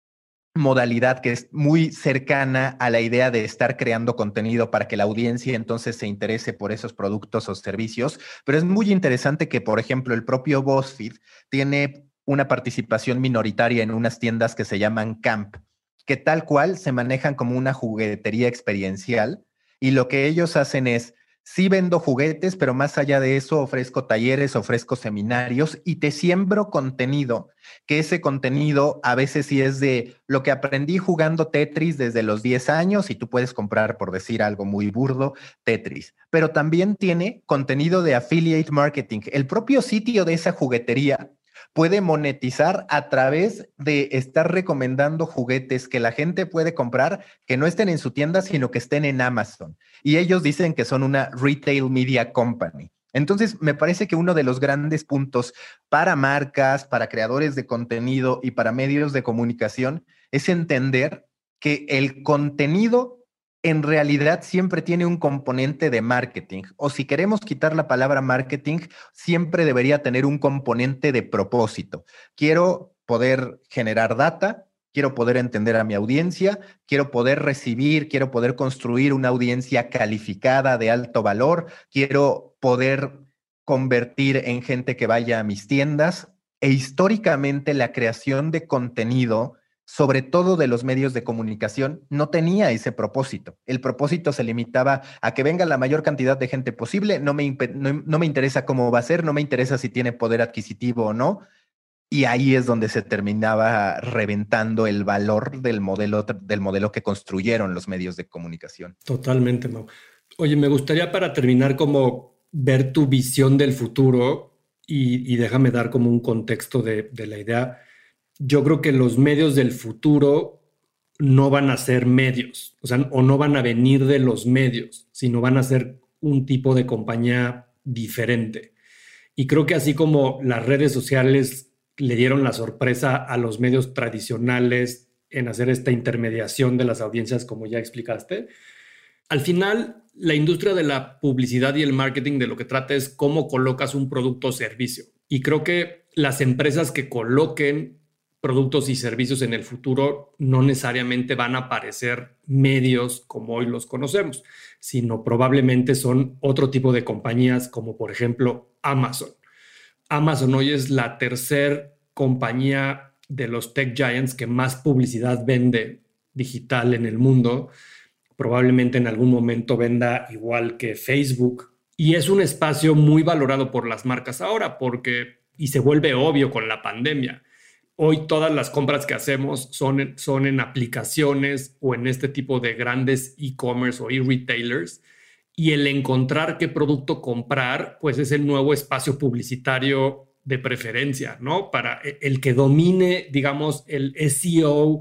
[SPEAKER 2] modalidad que es muy cercana a la idea de estar creando contenido para que la audiencia entonces se interese por esos productos o servicios. Pero es muy interesante que, por ejemplo, el propio BuzzFeed tiene una participación minoritaria en unas tiendas que se llaman Camp, que tal cual se manejan como una juguetería experiencial. Y lo que ellos hacen es, sí vendo juguetes, pero más allá de eso ofrezco talleres, ofrezco seminarios y te siembro contenido, que ese contenido a veces sí es de lo que aprendí jugando Tetris desde los diez años y tú puedes comprar, por decir algo muy burdo, Tetris. Pero también tiene contenido de affiliate marketing. El propio sitio de esa juguetería puede monetizar a través de estar recomendando juguetes que la gente puede comprar, que no estén en su tienda, sino que estén en Amazon. Y ellos dicen que son una retail media company. Entonces, me parece que uno de los grandes puntos para marcas, para creadores de contenido y para medios de comunicación es entender que el contenido en realidad siempre tiene un componente de marketing, o si queremos quitar la palabra marketing, siempre debería tener un componente de propósito. Quiero poder generar data, quiero poder entender a mi audiencia, quiero poder recibir, quiero poder construir una audiencia calificada de alto valor, quiero poder convertir en gente que vaya a mis tiendas. E históricamente la creación de contenido, sobre todo de los medios de comunicación, no tenía ese propósito. El propósito se limitaba a que venga la mayor cantidad de gente posible, no me, no, no me interesa cómo va a ser, no me interesa si tiene poder adquisitivo o no, y ahí es donde se terminaba reventando el valor del modelo, del modelo que construyeron los medios de comunicación.
[SPEAKER 5] Totalmente, Mau. Oye, me gustaría para terminar como ver tu visión del futuro y, y déjame dar como un contexto de, de la idea. Yo creo que los medios del futuro no van a ser medios, o sea, o no van a venir de los medios, sino van a ser un tipo de compañía diferente. Y creo que así como las redes sociales le dieron la sorpresa a los medios tradicionales en hacer esta intermediación de las audiencias, como ya explicaste, al final la industria de la publicidad y el marketing de lo que trata es cómo colocas un producto o servicio. Y creo que las empresas que coloquen productos y servicios en el futuro no necesariamente van a parecer medios como hoy los conocemos, sino probablemente son otro tipo de compañías como por ejemplo Amazon. Amazon hoy es la tercera compañía de los tech giants que más publicidad vende digital en el mundo. Probablemente en algún momento venda igual que Facebook. Y es un espacio muy valorado por las marcas ahora porque, y se vuelve obvio con la pandemia, hoy todas las compras que hacemos son en, son en aplicaciones o en este tipo de grandes e-commerce o e-retailers, y el encontrar qué producto comprar, pues es el nuevo espacio publicitario de preferencia, ¿no? Para el que domine, digamos, el S E O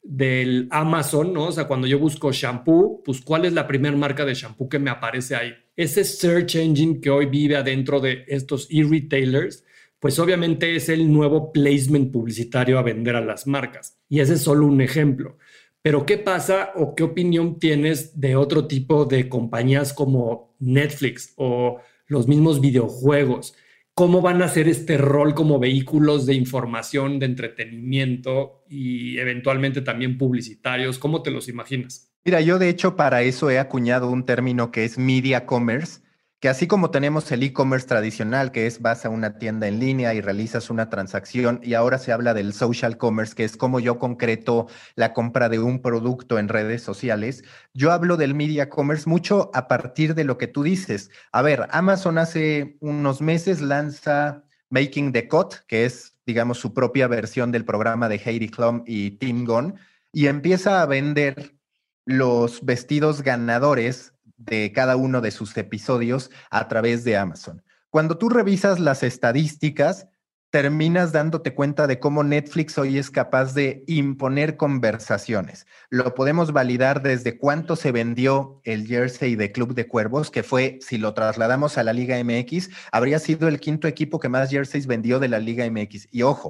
[SPEAKER 5] del Amazon, ¿no? O sea, cuando yo busco shampoo, pues ¿cuál es la primera marca de shampoo que me aparece ahí? Ese search engine que hoy vive adentro de estos e-retailers, pues obviamente es el nuevo placement publicitario a vender a las marcas. Y ese es solo un ejemplo. Pero ¿qué pasa o qué opinión tienes de otro tipo de compañías como Netflix o los mismos videojuegos? ¿Cómo van a hacer este rol como vehículos de información, de entretenimiento y eventualmente también publicitarios? ¿Cómo te los imaginas?
[SPEAKER 2] Mira, yo de hecho para eso he acuñado un término que es media commerce, que así como tenemos el e-commerce tradicional, que es vas a una tienda en línea y realizas una transacción, y ahora se habla del social commerce, que es como yo concreto la compra de un producto en redes sociales, yo hablo del media commerce mucho a partir de lo que tú dices. A ver, Amazon hace unos meses lanza Making the Cut, que es, digamos, su propia versión del programa de Heidi Klum y Tim Gunn, y empieza a vender los vestidos ganadores de cada uno de sus episodios a través de Amazon. Cuando tú revisas las estadísticas, terminas dándote cuenta de cómo Netflix hoy es capaz de imponer conversaciones. Lo podemos validar desde cuánto se vendió el jersey de Club de Cuervos, que fue, si lo trasladamos a la Liga M X, habría sido el quinto equipo que más jerseys vendió de la Liga M X. Y ojo,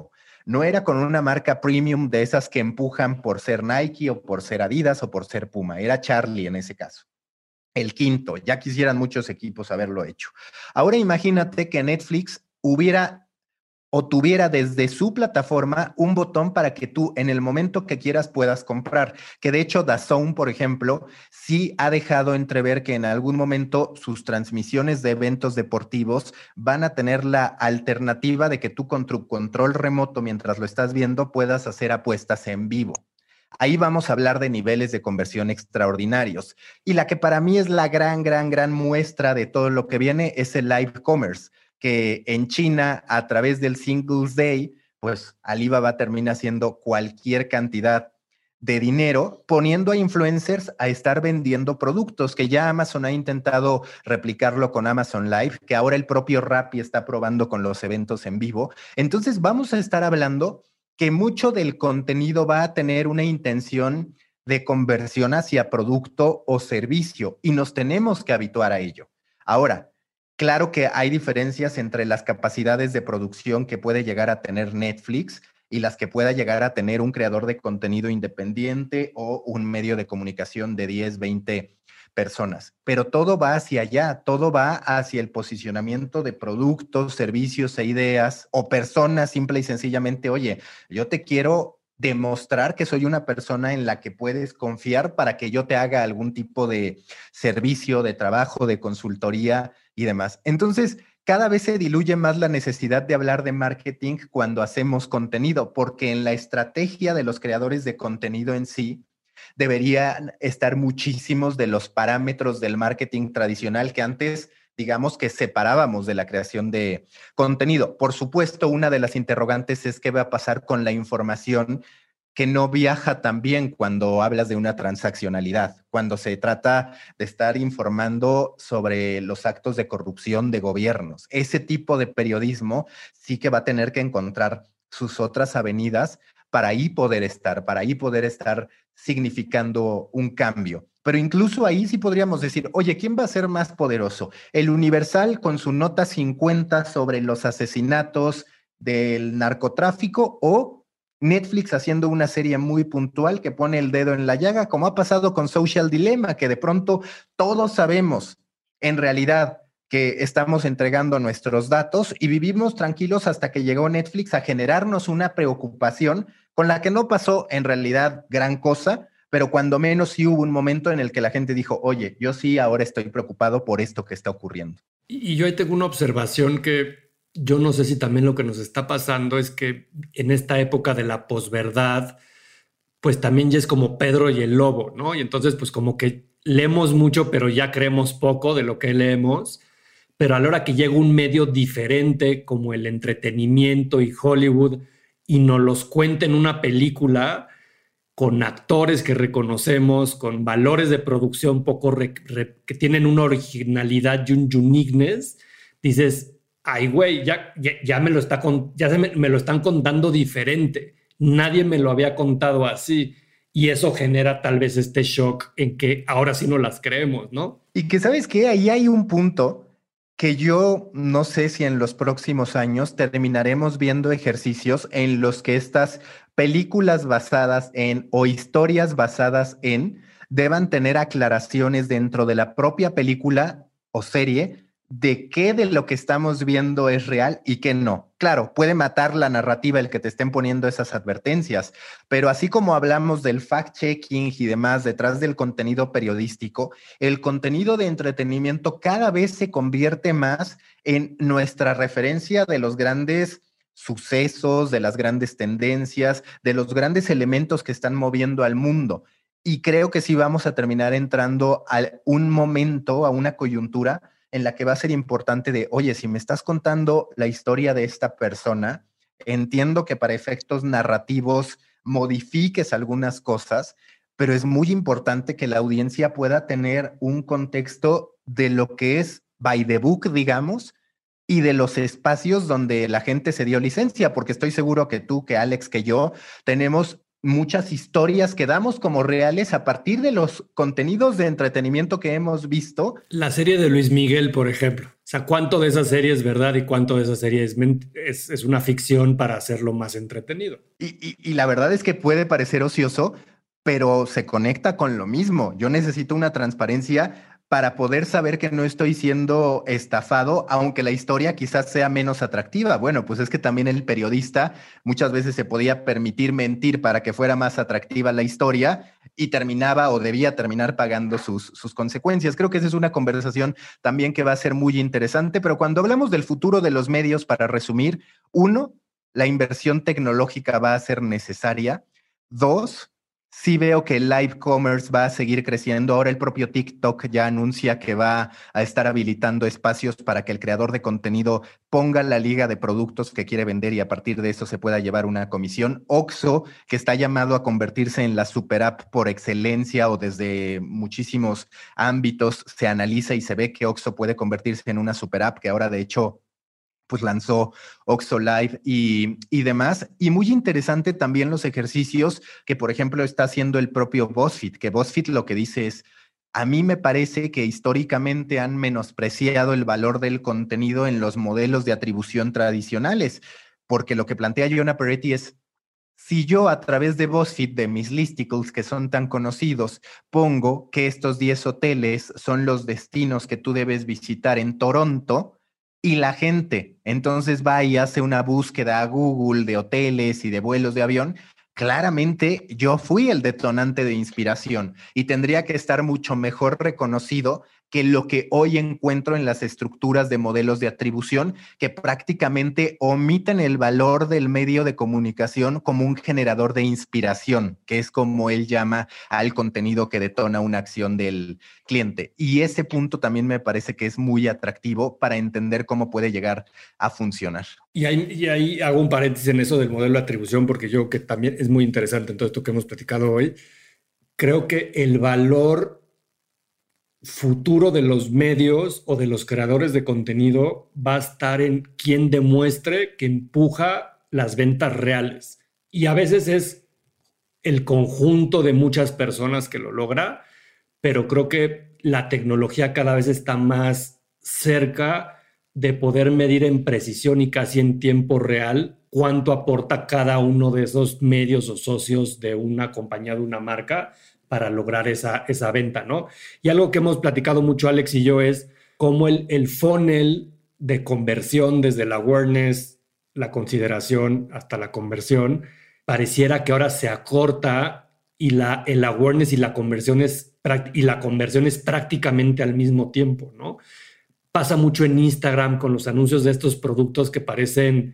[SPEAKER 2] No era con una marca premium de esas que empujan por ser Nike o por ser Adidas o por ser Puma. Era Charlie en ese caso. El quinto, ya quisieran muchos equipos haberlo hecho. Ahora imagínate que Netflix hubiera o tuviera desde su plataforma un botón para que tú en el momento que quieras puedas comprar. Que de hecho D A Z N, por ejemplo, sí ha dejado entrever que en algún momento sus transmisiones de eventos deportivos van a tener la alternativa de que tú con tu control remoto mientras lo estás viendo puedas hacer apuestas en vivo. Ahí vamos a hablar de niveles de conversión extraordinarios. Y la que para mí es la gran, gran, gran muestra de todo lo que viene es el live commerce, que en China, a través del Singles Day, pues Alibaba termina haciendo cualquier cantidad de dinero poniendo a influencers a estar vendiendo productos, que ya Amazon ha intentado replicarlo con Amazon Live, que ahora el propio Rappi está probando con los eventos en vivo. Entonces vamos a estar hablando que mucho del contenido va a tener una intención de conversión hacia producto o servicio y nos tenemos que habituar a ello. Ahora, claro que hay diferencias entre las capacidades de producción que puede llegar a tener Netflix y las que pueda llegar a tener un creador de contenido independiente o un medio de comunicación de diez, veinte personas. Pero todo va hacia allá, todo va hacia el posicionamiento de productos, servicios e ideas o personas simple y sencillamente, oye, yo te quiero demostrar que soy una persona en la que puedes confiar para que yo te haga algún tipo de servicio, de trabajo, de consultoría y demás. Entonces, cada vez se diluye más la necesidad de hablar de marketing cuando hacemos contenido, porque en la estrategia de los creadores de contenido en sí, deberían estar muchísimos de los parámetros del marketing tradicional que antes, digamos que separábamos de la creación de contenido. Por supuesto, una de las interrogantes es qué va a pasar con la información que no viaja tan bien cuando hablas de una transaccionalidad, cuando se trata de estar informando sobre los actos de corrupción de gobiernos. Ese tipo de periodismo sí que va a tener que encontrar sus otras avenidas para ahí poder estar, para ahí poder estar significando un cambio. Pero incluso ahí sí podríamos decir, oye, ¿quién va a ser más poderoso? ¿El Universal con su nota cincuenta sobre los asesinatos del narcotráfico o Netflix haciendo una serie muy puntual que pone el dedo en la llaga, como ha pasado con Social Dilemma, que de pronto todos sabemos en realidad que estamos entregando nuestros datos y vivimos tranquilos hasta que llegó Netflix a generarnos una preocupación con la que no pasó en realidad gran cosa, pero cuando menos sí hubo un momento en el que la gente dijo, oye, yo sí ahora estoy preocupado por esto que está ocurriendo.
[SPEAKER 5] Y yo ahí tengo una observación que yo no sé si también lo que nos está pasando es que en esta época de la posverdad, pues también ya es como Pedro y el lobo, ¿no? Y entonces pues como que leemos mucho, pero ya creemos poco de lo que leemos. Pero a la hora que llega un medio diferente como el entretenimiento y Hollywood y nos los cuenta en una película con actores que reconocemos, con valores de producción poco re, re, que tienen una originalidad y un uniqueness, dices, ay güey, ya, ya, ya, me, lo está con, ya se me, me lo están contando diferente. Nadie me lo había contado así. Y eso genera tal vez este shock en que ahora sí no las creemos, ¿no?
[SPEAKER 2] Y que, ¿sabes qué? Ahí hay un punto que yo no sé si en los próximos años terminaremos viendo ejercicios en los que estas películas basadas en o historias basadas en deban tener aclaraciones dentro de la propia película o serie de qué de lo que estamos viendo es real y qué no. Claro, puede matar la narrativa el que te estén poniendo esas advertencias, pero así como hablamos del fact-checking y demás detrás del contenido periodístico, el contenido de entretenimiento cada vez se convierte más en nuestra referencia de los grandes sucesos, de las grandes tendencias, de los grandes elementos que están moviendo al mundo. Y creo que sí vamos a terminar entrando a un momento, a una coyuntura en la que va a ser importante de, oye, si me estás contando la historia de esta persona, entiendo que para efectos narrativos modifiques algunas cosas, pero es muy importante que la audiencia pueda tener un contexto de lo que es by the book, digamos, y de los espacios donde la gente se dio licencia, porque estoy seguro que tú, que Alex, que yo, tenemos muchas historias que damos como reales a partir de los contenidos de entretenimiento que hemos visto.
[SPEAKER 5] La serie de Luis Miguel, por ejemplo. O sea, ¿cuánto de esa serie es verdad y cuánto de esa serie es, es, es una ficción para hacerlo más entretenido?
[SPEAKER 2] Y, y, y la verdad es que puede parecer ocioso, pero se conecta con lo mismo. Yo necesito una transparencia para poder saber que no estoy siendo estafado, aunque la historia quizás sea menos atractiva. Bueno, pues es que también el periodista muchas veces se podía permitir mentir para que fuera más atractiva la historia y terminaba o debía terminar pagando sus, sus consecuencias. Creo que esa es una conversación también que va a ser muy interesante, pero cuando hablamos del futuro de los medios, para resumir, uno, la inversión tecnológica va a ser necesaria. Dos, sí veo que el live commerce va a seguir creciendo. Ahora el propio TikTok ya anuncia que va a estar habilitando espacios para que el creador de contenido ponga la liga de productos que quiere vender y a partir de eso se pueda llevar una comisión. Oxxo, que está llamado a convertirse en la super app por excelencia o desde muchísimos ámbitos se analiza y se ve que Oxxo puede convertirse en una super app que ahora de hecho pues lanzó Oxxo Live y, y demás. Y muy interesante también los ejercicios que, por ejemplo, está haciendo el propio BuzzFeed, que BuzzFeed lo que dice es, a mí me parece que históricamente han menospreciado el valor del contenido en los modelos de atribución tradicionales, porque lo que plantea Jonah Peretti es, si yo a través de BuzzFeed, de mis listicles que son tan conocidos, pongo que estos diez hoteles son los destinos que tú debes visitar en Toronto, y la gente entonces va y hace una búsqueda a Google de hoteles y de vuelos de avión, claramente yo fui el detonante de inspiración y tendría que estar mucho mejor reconocido que lo que hoy encuentro en las estructuras de modelos de atribución que prácticamente omiten el valor del medio de comunicación como un generador de inspiración, que es como él llama al contenido que detona una acción del cliente. Y ese punto también me parece que es muy atractivo para entender cómo puede llegar a funcionar.
[SPEAKER 5] Y ahí, y ahí hago un paréntesis en eso del modelo de atribución, porque yo que también es muy interesante en todo esto que hemos platicado hoy. Creo que el valor futuro de los medios o de los creadores de contenido va a estar en quien demuestre que empuja las ventas reales. Y a veces es el conjunto de muchas personas que lo logra, pero creo que la tecnología cada vez está más cerca de poder medir en precisión y casi en tiempo real cuánto aporta cada uno de esos medios o socios de una compañía, de una marca, para lograr esa, esa venta, ¿no? Y algo que hemos platicado mucho Alex y yo es cómo el, el funnel de conversión desde el awareness, la consideración hasta la conversión, pareciera que ahora se acorta y la, el awareness y la conversión es, y la conversión es prácticamente al mismo tiempo, ¿no? Pasa mucho en Instagram con los anuncios de estos productos que parecen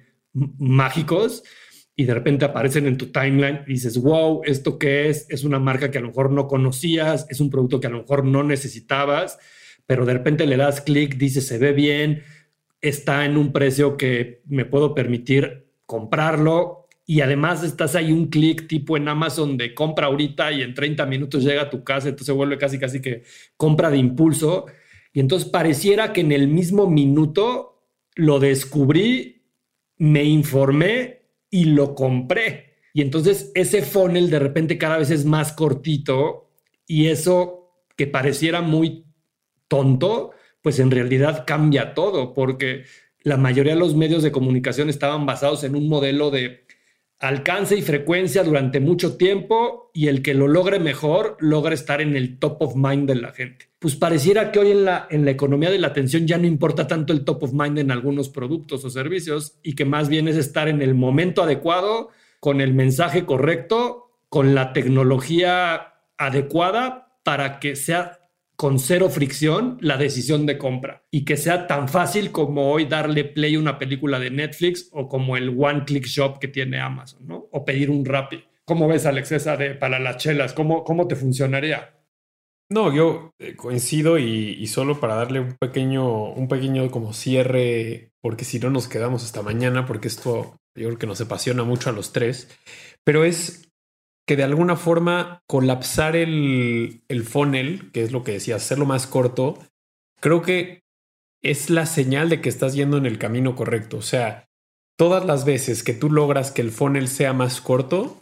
[SPEAKER 5] mágicos y de repente aparecen en tu timeline y dices, wow, ¿esto qué es? Es una marca que a lo mejor no conocías, es un producto que a lo mejor no necesitabas, pero de repente le das clic, dices, se ve bien, está en un precio que me puedo permitir comprarlo y además estás ahí un clic tipo en Amazon de compra ahorita y en treinta minutos llega a tu casa, entonces se vuelve casi casi que compra de impulso y entonces pareciera que en el mismo minuto lo descubrí, me informé y lo compré. Y entonces ese funnel de repente cada vez es más cortito y eso que pareciera muy tonto, pues en realidad cambia todo, porque la mayoría de los medios de comunicación estaban basados en un modelo de alcance y frecuencia durante mucho tiempo y el que lo logre mejor logra estar en el top of mind de la gente. Pues pareciera que hoy en la, en la economía de la atención ya no importa tanto el top of mind en algunos productos o servicios y que más bien es estar en el momento adecuado, con el mensaje correcto, con la tecnología adecuada para que sea con cero fricción la decisión de compra y que sea tan fácil como hoy darle play a una película de Netflix o como el one click shop que tiene Amazon, ¿no? O pedir un Rappi. ¿Cómo ves, Alex, esa de para las chelas? ¿Cómo, cómo te funcionaría?
[SPEAKER 4] No, yo coincido y, y solo para darle un pequeño, un pequeño como cierre, porque si no nos quedamos hasta mañana, porque esto yo creo que nos apasiona mucho a los tres, pero es que de alguna forma colapsar el, el funnel, que es lo que decía, hacerlo más corto, creo que es la señal de que estás yendo en el camino correcto. O sea, todas las veces que tú logras que el funnel sea más corto,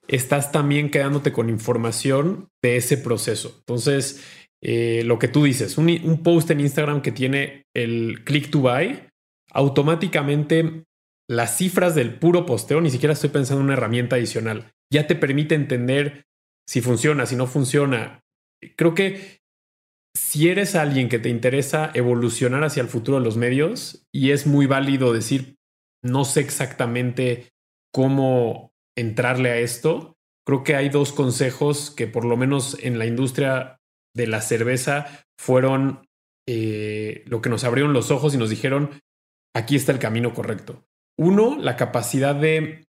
[SPEAKER 4] estás también quedándote con información de ese proceso. Entonces, eh, lo que tú dices, un, un post en Instagram que tiene el click to buy, automáticamente las cifras del puro posteo, ni siquiera estoy pensando en una herramienta adicional, ya te permite entender si funciona, si no funciona. Creo que si eres alguien que te interesa evolucionar hacia el futuro de los medios, y es muy válido decir, no sé exactamente cómo entrarle a esto, creo que hay dos consejos que por lo menos en la industria de la cerveza fueron eh, lo que nos abrieron los ojos y nos dijeron, aquí está el camino correcto. Uno, la capacidad de,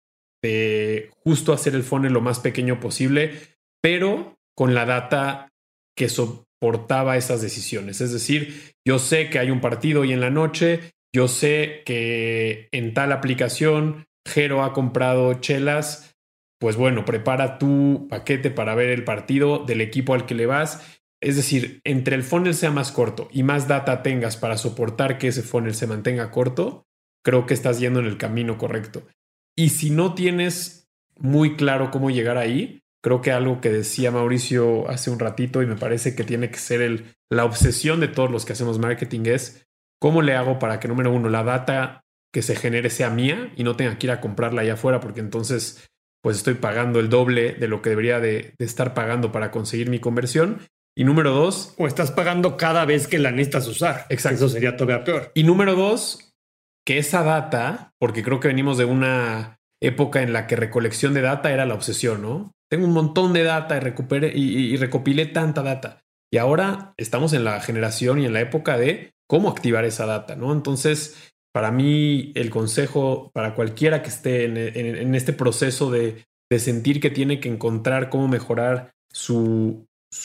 [SPEAKER 4] de justo hacer el funnel lo más pequeño posible, pero con la data que soportaba esas decisiones. Es decir, yo sé que hay un partido hoy en la noche, yo sé que en tal aplicación Jero ha comprado chelas, pues bueno, prepara tu paquete para ver el partido del equipo al que le vas. Es decir, entre el funnel sea más corto y más data tengas para soportar que ese funnel se mantenga corto, creo que estás yendo en el camino correcto. Y si no tienes muy claro cómo llegar ahí, creo que algo que decía Mauricio hace un ratito y me parece que tiene que ser el, la obsesión de todos los que hacemos marketing es cómo le hago para que, número uno, la data que se genere sea mía y no tenga que ir a comprarla allá afuera, porque entonces pues estoy pagando el doble de lo que debería de, de estar pagando para conseguir mi conversión. Y número dos...
[SPEAKER 5] O estás pagando cada vez que la necesitas usar.
[SPEAKER 4] Exacto.
[SPEAKER 5] Eso sería todavía peor.
[SPEAKER 4] Y número dos, que esa data, porque creo que venimos de una época en la que recolección de data era la obsesión, ¿no? Tengo un montón de data y, recuperé, y, y recopilé tanta data. Y ahora estamos en la generación y en la época de cómo activar esa data, ¿no? Entonces, para mí, el consejo para cualquiera que esté en, en, en este proceso de, de sentir que tiene que encontrar cómo mejorar su,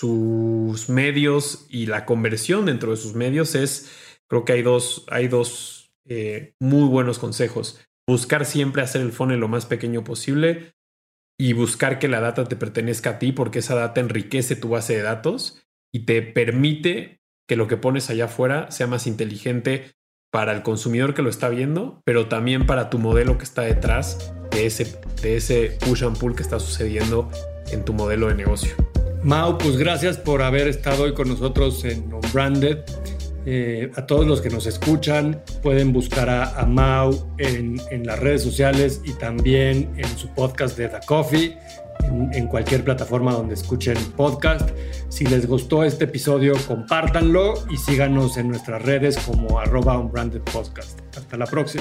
[SPEAKER 4] sus medios y la conversión dentro de sus medios es, creo que hay dos, hay dos eh, muy buenos consejos. Buscar siempre hacer el funnel lo más pequeño posible y buscar que la data te pertenezca a ti, porque esa data enriquece tu base de datos y te permite que lo que pones allá afuera sea más inteligente para el consumidor que lo está viendo, pero también para tu modelo que está detrás de ese, de ese push and pull que está sucediendo en tu modelo de negocio.
[SPEAKER 5] Mau, pues gracias por haber estado hoy con nosotros en Unbranded. Eh, a todos los que nos escuchan, pueden buscar a, a Mau en, en las redes sociales y también en su podcast de The Coffee, en, en cualquier plataforma donde escuchen podcast. Si les gustó este episodio, compártanlo y síganos en nuestras redes como arroba Unbranded Podcast. Hasta la próxima.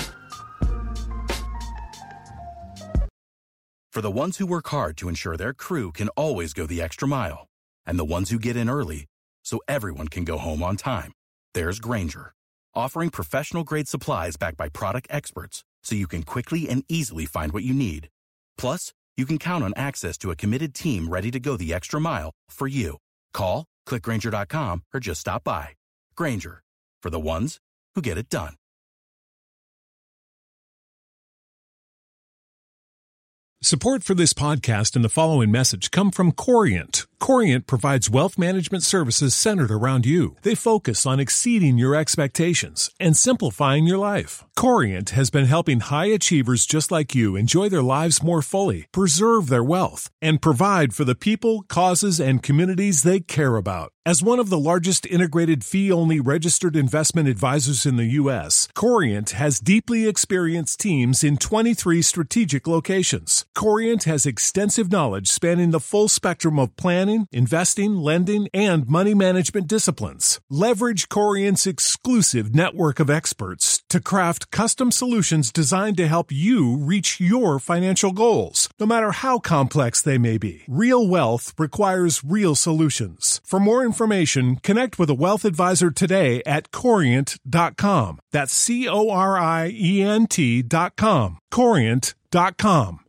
[SPEAKER 6] For the ones who work hard to ensure their crew can always go the extra mile, and the ones who get in early so everyone can go home on time, there's Grainger, offering professional-grade supplies backed by product experts so you can quickly and easily find what you need. Plus, you can count on access to a committed team ready to go the extra mile for you. Call, click Grainger dot com, or just stop by. Grainger, for the ones who get it done.
[SPEAKER 7] Support for this podcast and the following message come from Corient. Corient provides wealth management services centered around you. They focus on exceeding your expectations and simplifying your life. Corient has been helping high achievers just like you enjoy their lives more fully, preserve their wealth, and provide for the people, causes, and communities they care about. As one of the largest integrated fee-only registered investment advisors in the U S, Corient has deeply experienced teams in twenty-three strategic locations. Corient has extensive knowledge spanning the full spectrum of planning, investing, lending, and money management disciplines. Leverage Corient's exclusive network of experts to craft custom solutions designed to help you reach your financial goals, no matter how complex they may be. Real wealth requires real solutions. For more information, connect with a wealth advisor today at corient dot com. That's C O R I E N T dot com. corient dot com.